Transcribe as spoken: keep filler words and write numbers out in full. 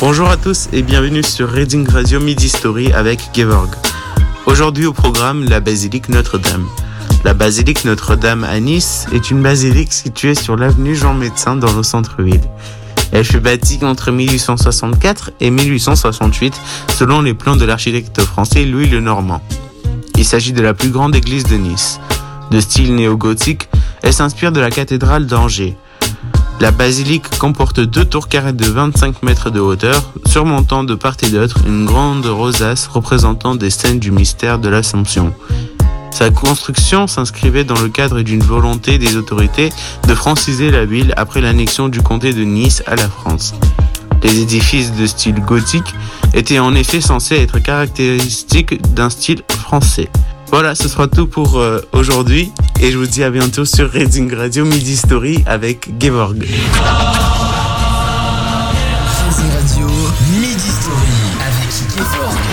Bonjour à tous et bienvenue sur Reading Radio Midi Story avec Gevorg. Aujourd'hui au programme, la basilique Notre-Dame. La basilique Notre-Dame à Nice est une basilique située sur l'avenue Jean Médecin dans le centre-ville. Elle fut bâtie entre mille huit cent soixante-quatre et mille huit cent soixante-huit selon les plans de l'architecte français Louis Le Normand. Il s'agit de la plus grande église de Nice. De style néo-gothique, elle s'inspire de la cathédrale d'Angers. La basilique comporte deux tours carrées de vingt-cinq mètres de hauteur, surmontant de part et d'autre une grande rosace représentant des scènes du mystère de l'Assomption. Sa construction s'inscrivait dans le cadre d'une volonté des autorités de franciser la ville après l'annexion du comté de Nice à la France. Les édifices de style gothique étaient en effet censés être caractéristiques d'un style français. Voilà, ce sera tout pour euh, aujourd'hui et je vous dis à bientôt sur Reading Radio Midi Story avec Gevorg. Reading Radio Midi Story avec Gevorg.